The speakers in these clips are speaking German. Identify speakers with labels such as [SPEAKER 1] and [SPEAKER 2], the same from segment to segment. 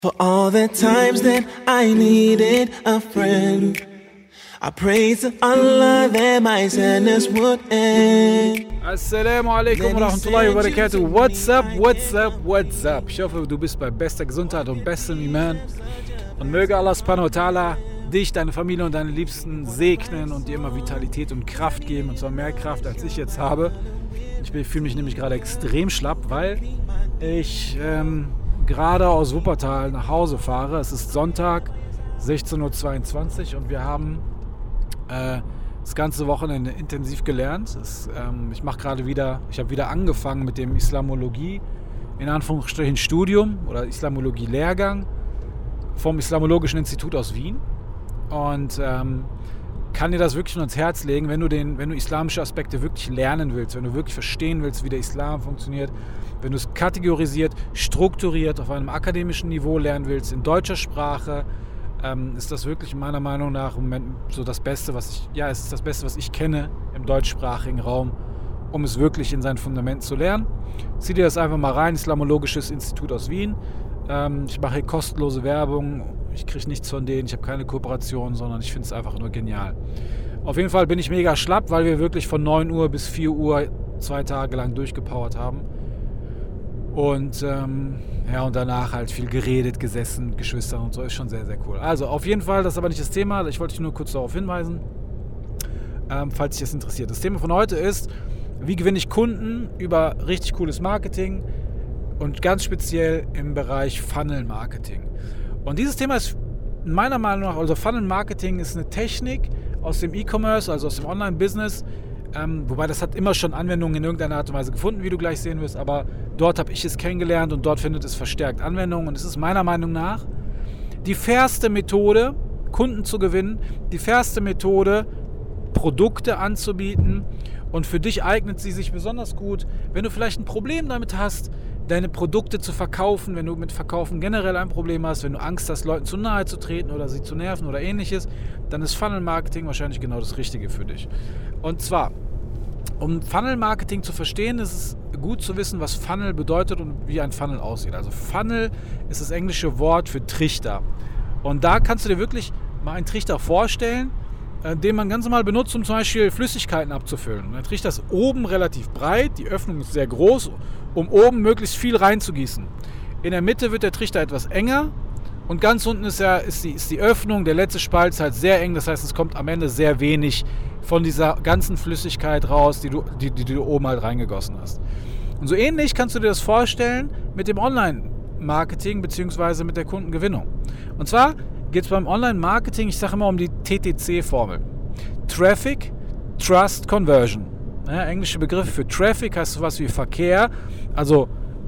[SPEAKER 1] For all the times that I needed a friend, I praise Allah that my sadness would end.
[SPEAKER 2] Assalamu alaikum wa rahmatullahi wa barakatuh. What's up, what's up, what's up? Ich hoffe, du bist bei bester Gesundheit und bestem Iman. Und möge Allah subhanahu wa ta'ala dich, deine Familie und deine Liebsten segnen und dir immer Vitalität und Kraft geben. Und zwar mehr Kraft, als ich jetzt habe. Ich fühle mich nämlich gerade extrem schlapp, weil ich gerade aus Wuppertal nach Hause fahre. Es ist Sonntag, 16:22 Uhr und wir haben das ganze Wochenende intensiv gelernt. Ich habe wieder angefangen mit dem Islamologie, in Anführungsstrichen Studium oder Islamologie-Lehrgang vom Islamologischen Institut aus Wien und kann dir das wirklich nur ans Herz legen, wenn du islamische Aspekte wirklich lernen willst, wenn du wirklich verstehen willst, wie der Islam funktioniert, wenn du es kategorisiert, strukturiert auf einem akademischen Niveau lernen willst, in deutscher Sprache, ist das wirklich meiner Meinung nach im Moment so das Beste, was ich kenne im deutschsprachigen Raum, um es wirklich in seinen Fundamenten zu lernen. Zieh dir das einfach mal rein, Islamologisches Institut aus Wien. Ich mache hier kostenlose Werbung, ich kriege nichts von denen, ich habe keine Kooperation, sondern ich finde es einfach nur genial. Auf jeden Fall bin ich mega schlapp, weil wir wirklich von 9 Uhr bis 4 Uhr 2 Tage lang durchgepowert haben. Und und danach halt viel geredet, gesessen mit Geschwistern und so, ist schon sehr, sehr cool. Also auf jeden Fall, das ist aber nicht das Thema, ich wollte dich nur kurz darauf hinweisen, falls dich das interessiert. Das Thema von heute ist, wie gewinne ich Kunden über richtig cooles Marketing und ganz speziell im Bereich Funnel Marketing. Und dieses Thema ist meiner Meinung nach, also Funnel Marketing ist eine Technik aus dem E-Commerce, also aus dem Online-Business, wobei das hat immer schon Anwendungen in irgendeiner Art und Weise gefunden, wie du gleich sehen wirst, aber dort habe ich es kennengelernt und dort findet es verstärkt Anwendung und es ist meiner Meinung nach die fairste Methode, Kunden zu gewinnen, die fairste Methode, Produkte anzubieten und für dich eignet sie sich besonders gut, wenn du vielleicht ein Problem damit hast, deine Produkte zu verkaufen, wenn du mit Verkaufen generell ein Problem hast, wenn du Angst hast, Leuten zu nahe zu treten oder sie zu nerven oder ähnliches, dann ist Funnel Marketing wahrscheinlich genau das Richtige für dich. Und zwar, um Funnel Marketing zu verstehen, ist es gut zu wissen, was Funnel bedeutet und wie ein Funnel aussieht. Also Funnel ist das englische Wort für Trichter. Und da kannst du dir wirklich mal einen Trichter vorstellen, den man ganz normal benutzt, um zum Beispiel Flüssigkeiten abzufüllen. Der Trichter ist oben relativ breit, die Öffnung ist sehr groß, um oben möglichst viel reinzugießen. In der Mitte wird der Trichter etwas enger und ganz unten ist die Öffnung, der letzte Spalt ist halt sehr eng, das heißt, es kommt am Ende sehr wenig von dieser ganzen Flüssigkeit raus, die du oben halt reingegossen hast. Und so ähnlich kannst du dir das vorstellen mit dem Online-Marketing bzw. mit der Kundengewinnung. Und zwar geht es beim Online-Marketing, ich sage immer um die TTC-Formel. Traffic, Trust, Conversion. Ja, englische Begriffe für Traffic heißt sowas wie Verkehr. Also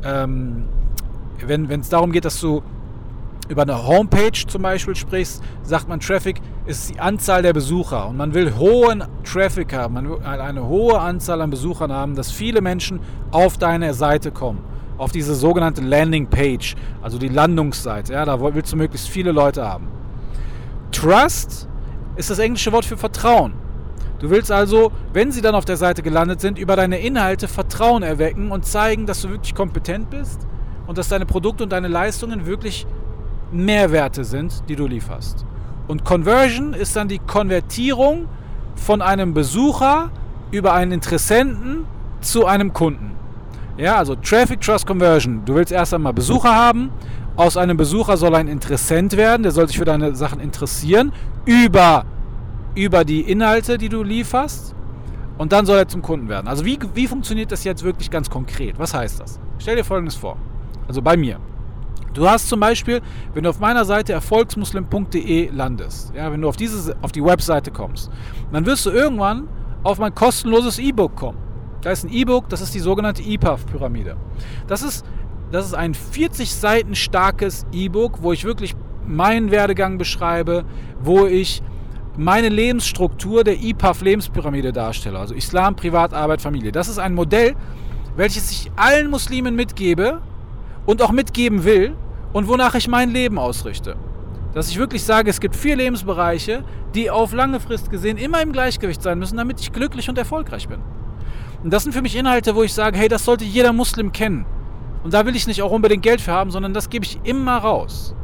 [SPEAKER 2] wenn es darum geht, dass du über eine Homepage zum Beispiel sprichst, sagt man, Traffic ist die Anzahl der Besucher. Und man will hohen Traffic haben, man will eine hohe Anzahl an Besuchern haben, dass viele Menschen auf deine Seite kommen. Auf diese sogenannte Landing Page, also die Landungsseite. Ja, da willst du möglichst viele Leute haben. Trust ist das englische Wort für Vertrauen. Du willst also, wenn sie dann auf der Seite gelandet sind, über deine Inhalte Vertrauen erwecken und zeigen, dass du wirklich kompetent bist und dass deine Produkte und deine Leistungen wirklich Mehrwerte sind, die du lieferst. Und Conversion ist dann die Konvertierung von einem Besucher über einen Interessenten zu einem Kunden. Ja, also Traffic, Trust, Conversion. Du willst erst einmal Besucher haben. Aus einem Besucher soll ein Interessent werden. Der soll sich für deine Sachen interessieren. Über die Inhalte, die du lieferst. Und dann soll er zum Kunden werden. Also wie funktioniert das jetzt wirklich ganz konkret? Was heißt das? Stell dir Folgendes vor. Also bei mir. Du hast zum Beispiel, wenn du auf meiner Seite erfolgsmuslim.de landest, ja, wenn du auf die Webseite kommst, dann wirst du irgendwann auf mein kostenloses E-Book kommen. Da ist ein E-Book, das ist die sogenannte EPUB-Pyramide. Das ist ein 40 Seiten starkes E-Book, wo ich wirklich meinen Werdegang beschreibe, wo ich meine Lebensstruktur der EPUB-Lebenspyramide darstelle. Also Islam, Privat, Arbeit, Familie. Das ist ein Modell, welches ich allen Muslimen mitgebe und auch mitgeben will und wonach ich mein Leben ausrichte. Dass ich wirklich sage, es gibt 4 Lebensbereiche, die auf lange Frist gesehen immer im Gleichgewicht sein müssen, damit ich glücklich und erfolgreich bin. Und das sind für mich Inhalte, wo ich sage, hey, das sollte jeder Muslim kennen. Und da will ich nicht auch unbedingt Geld für haben, sondern das gebe ich immer raus.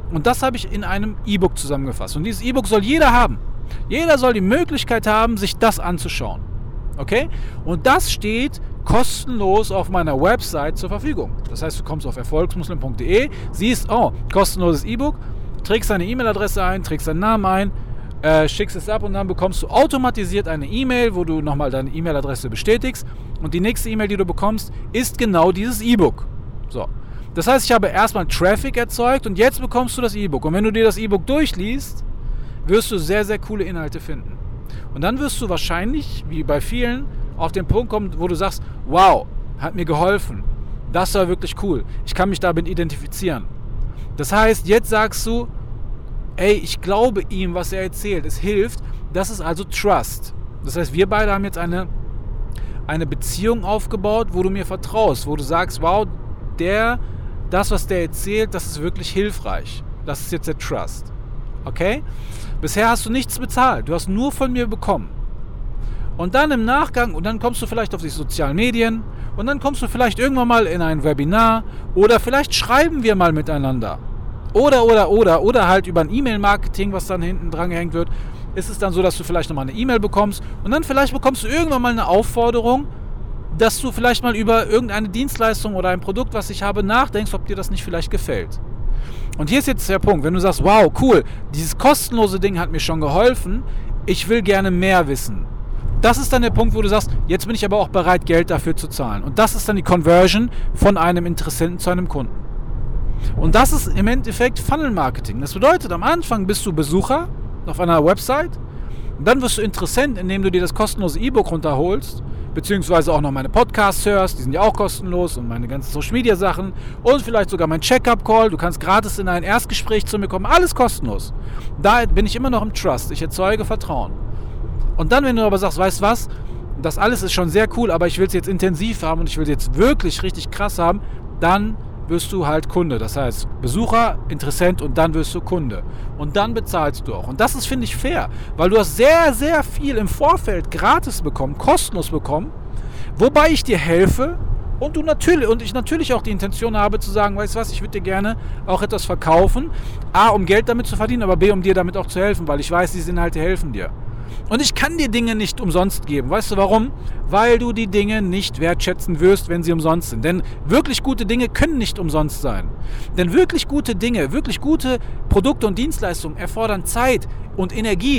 [SPEAKER 2] Und das habe ich in einem E-Book zusammengefasst. Und dieses E-Book soll jeder haben. Jeder soll die Möglichkeit haben, sich das anzuschauen. Okay? Und das steht kostenlos auf meiner Website zur Verfügung. Das heißt, du kommst auf erfolgsmuslim.de, siehst, kostenloses E-Book, trägst deine E-Mail-Adresse ein, trägst deinen Namen ein, schickst es ab und dann bekommst du automatisiert eine E-Mail, wo du nochmal deine E-Mail-Adresse bestätigst. Und die nächste E-Mail, die du bekommst, ist genau dieses E-Book. So. Das heißt, ich habe erstmal Traffic erzeugt und jetzt bekommst du das E-Book. Und wenn du dir das E-Book durchliest, wirst du sehr, sehr coole Inhalte finden. Und dann wirst du wahrscheinlich, wie bei vielen, auf den Punkt kommen, wo du sagst, wow, hat mir geholfen. Das war wirklich cool. Ich kann mich damit identifizieren. Das heißt, jetzt sagst du, ey, ich glaube ihm, was er erzählt. Es hilft. Das ist also Trust. Das heißt, wir beide haben jetzt eine Beziehung aufgebaut, wo du mir vertraust, wo du sagst, wow, das, was der erzählt, das ist wirklich hilfreich. Das ist jetzt der Trust. Okay? Bisher hast du nichts bezahlt. Du hast nur von mir bekommen. Und dann im Nachgang, und dann kommst du vielleicht auf die sozialen Medien und dann kommst du vielleicht irgendwann mal in ein Webinar oder vielleicht schreiben wir mal miteinander. Oder halt über ein E-Mail-Marketing, was dann hinten dran gehängt wird, ist es dann so, dass du vielleicht nochmal eine E-Mail bekommst und dann vielleicht bekommst du irgendwann mal eine Aufforderung, dass du vielleicht mal über irgendeine Dienstleistung oder ein Produkt, was ich habe, nachdenkst, ob dir das nicht vielleicht gefällt. Und hier ist jetzt der Punkt, wenn du sagst, wow, cool, dieses kostenlose Ding hat mir schon geholfen, ich will gerne mehr wissen. Das ist dann der Punkt, wo du sagst, jetzt bin ich aber auch bereit, Geld dafür zu zahlen. Und das ist dann die Conversion von einem Interessenten zu einem Kunden. Und das ist im Endeffekt Funnel Marketing. Das bedeutet, am Anfang bist du Besucher auf einer Website und dann wirst du Interessent, indem du dir das kostenlose E-Book runterholst, beziehungsweise auch noch meine Podcasts hörst, die sind ja auch kostenlos und meine ganzen Social Media Sachen und vielleicht sogar mein Check-up-Call. Du kannst gratis in ein Erstgespräch zu mir kommen, alles kostenlos. Da bin ich immer noch im Trust, ich erzeuge Vertrauen. Und dann, wenn du aber sagst, weißt du was, das alles ist schon sehr cool, aber ich will es jetzt intensiv haben und ich will es jetzt wirklich richtig krass haben, dann wirst du halt Kunde. Das heißt, Besucher, Interessent und dann wirst du Kunde. Und dann bezahlst du auch. Und das ist, finde ich, fair, weil du hast sehr, sehr viel im Vorfeld gratis bekommen, kostenlos bekommen, wobei ich dir helfe und ich natürlich auch die Intention habe zu sagen, weißt du was, ich würde dir gerne auch etwas verkaufen, A, um Geld damit zu verdienen, aber B, um dir damit auch zu helfen, weil ich weiß, diese Inhalte helfen dir. Und ich kann dir Dinge nicht umsonst geben. Weißt du warum? Weil du die Dinge nicht wertschätzen wirst, wenn sie umsonst sind. Denn wirklich gute Dinge können nicht umsonst sein. Denn wirklich gute Dinge, wirklich gute Produkte und Dienstleistungen erfordern Zeit und Energie,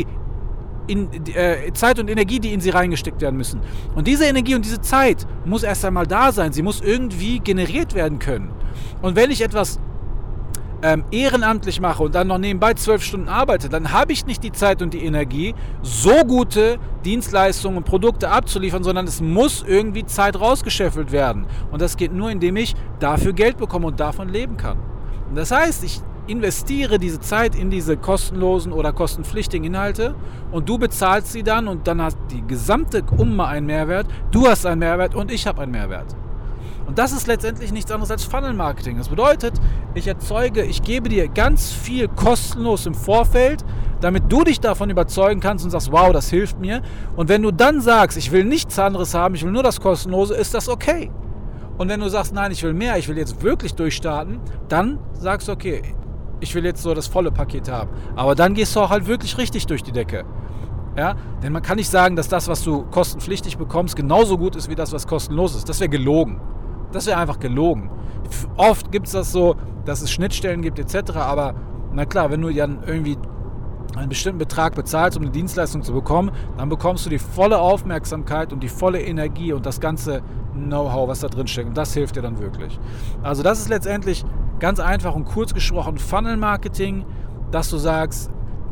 [SPEAKER 2] die in sie reingesteckt werden müssen. Und diese Energie und diese Zeit muss erst einmal da sein. Sie muss irgendwie generiert werden können. Und wenn ich etwas ehrenamtlich mache und dann noch nebenbei 12 Stunden arbeite, dann habe ich nicht die Zeit und die Energie, so gute Dienstleistungen und Produkte abzuliefern, sondern es muss irgendwie Zeit rausgescheffelt werden. Und das geht nur, indem ich dafür Geld bekomme und davon leben kann. Und das heißt, ich investiere diese Zeit in diese kostenlosen oder kostenpflichtigen Inhalte und du bezahlst sie dann und dann hat die gesamte Umma einen Mehrwert, du hast einen Mehrwert und ich habe einen Mehrwert. Und das ist letztendlich nichts anderes als Funnel-Marketing. Das bedeutet, ich gebe dir ganz viel kostenlos im Vorfeld, damit du dich davon überzeugen kannst und sagst, wow, das hilft mir. Und wenn du dann sagst, ich will nichts anderes haben, ich will nur das Kostenlose, ist das okay. Und wenn du sagst, nein, ich will mehr, ich will jetzt wirklich durchstarten, dann sagst du, okay, ich will jetzt so das volle Paket haben. Aber dann gehst du auch halt wirklich richtig durch die Decke. Ja? Denn man kann nicht sagen, dass das, was du kostenpflichtig bekommst, genauso gut ist wie das, was kostenlos ist. Das wäre gelogen. Das wäre einfach gelogen. Oft gibt es das so, dass es Schnittstellen gibt etc. Aber na klar, wenn du dann irgendwie einen bestimmten Betrag bezahlst, um eine Dienstleistung zu bekommen, dann bekommst du die volle Aufmerksamkeit und die volle Energie und das ganze Know-how, was da drin steckt. Und das hilft dir dann wirklich. Also das ist letztendlich ganz einfach und kurz gesprochen Funnel-Marketing, dass du sagst,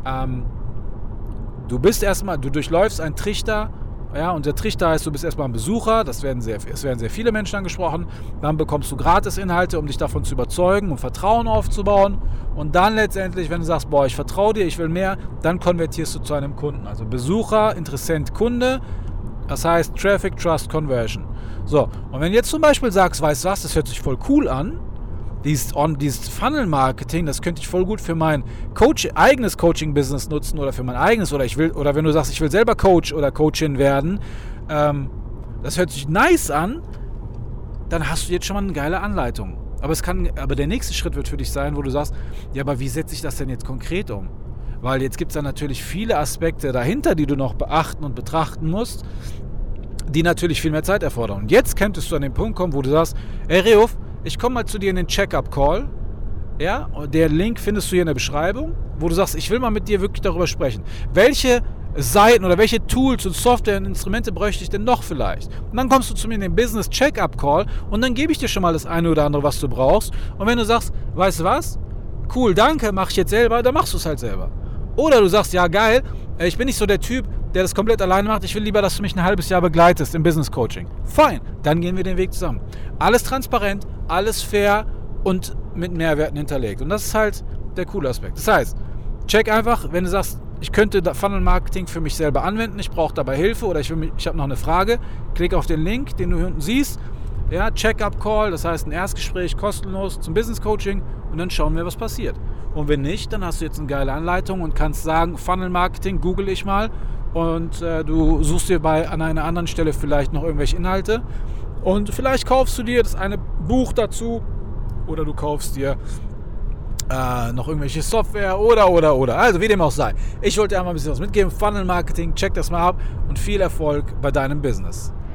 [SPEAKER 2] du durchläufst einen Trichter. Ja, und der Trichter heißt, du bist erstmal ein Besucher, es werden sehr viele Menschen angesprochen, dann bekommst du Gratis-Inhalte, um dich davon zu überzeugen, um Vertrauen aufzubauen und dann letztendlich, wenn du sagst, boah, ich vertraue dir, ich will mehr, dann konvertierst du zu einem Kunden. Also Besucher, Interessent, Kunde, das heißt Traffic, Trust, Conversion. So, und wenn du jetzt zum Beispiel sagst, weißt du was, das hört sich voll cool an, dieses Funnel-Marketing, das könnte ich voll gut für mein eigenes Coaching-Business nutzen oder für mein eigenes, oder wenn du sagst, ich will selber Coach oder Coachin werden, das hört sich nice an, dann hast du jetzt schon mal eine geile Anleitung. Aber der nächste Schritt wird für dich sein, wo du sagst, ja, aber wie setze ich das denn jetzt konkret um? Weil jetzt gibt es da natürlich viele Aspekte dahinter, die du noch beachten und betrachten musst, die natürlich viel mehr Zeit erfordern. Und jetzt könntest du an den Punkt kommen, wo du sagst, ey Reuf, ich komme mal zu dir in den Check-up-Call. Ja, der Link findest du hier in der Beschreibung, wo du sagst, ich will mal mit dir wirklich darüber sprechen. Welche Seiten oder welche Tools und Software und Instrumente bräuchte ich denn noch vielleicht? Und dann kommst du zu mir in den Business Check-up Call und dann gebe ich dir schon mal das eine oder andere, was du brauchst. Und wenn du sagst, weißt du was? Cool, danke, mach ich jetzt selber, dann machst du es halt selber. Oder du sagst, ja geil, ich bin nicht so der Typ, der das komplett alleine macht. Ich will lieber, dass du mich ein halbes Jahr begleitest im Business Coaching. Fein, dann gehen wir den Weg zusammen. Alles transparent, alles fair und mit Mehrwerten hinterlegt. Und das ist halt der coole Aspekt. Das heißt, check einfach, wenn du sagst, ich könnte Funnel Marketing für mich selber anwenden, ich brauche dabei Hilfe oder ich habe noch eine Frage, klick auf den Link, den du hier unten siehst. Ja, Check-up-Call, das heißt ein Erstgespräch kostenlos zum Business Coaching und dann schauen wir, was passiert. Und wenn nicht, dann hast du jetzt eine geile Anleitung und kannst sagen, Funnel Marketing, google ich mal und du suchst dir an einer anderen Stelle vielleicht noch irgendwelche Inhalte und vielleicht kaufst du dir das eine Buch dazu oder du kaufst dir noch irgendwelche Software oder. Also wie dem auch sei. Ich wollte dir einmal ein bisschen was mitgeben. Funnel Marketing, check das mal ab und viel Erfolg bei deinem Business.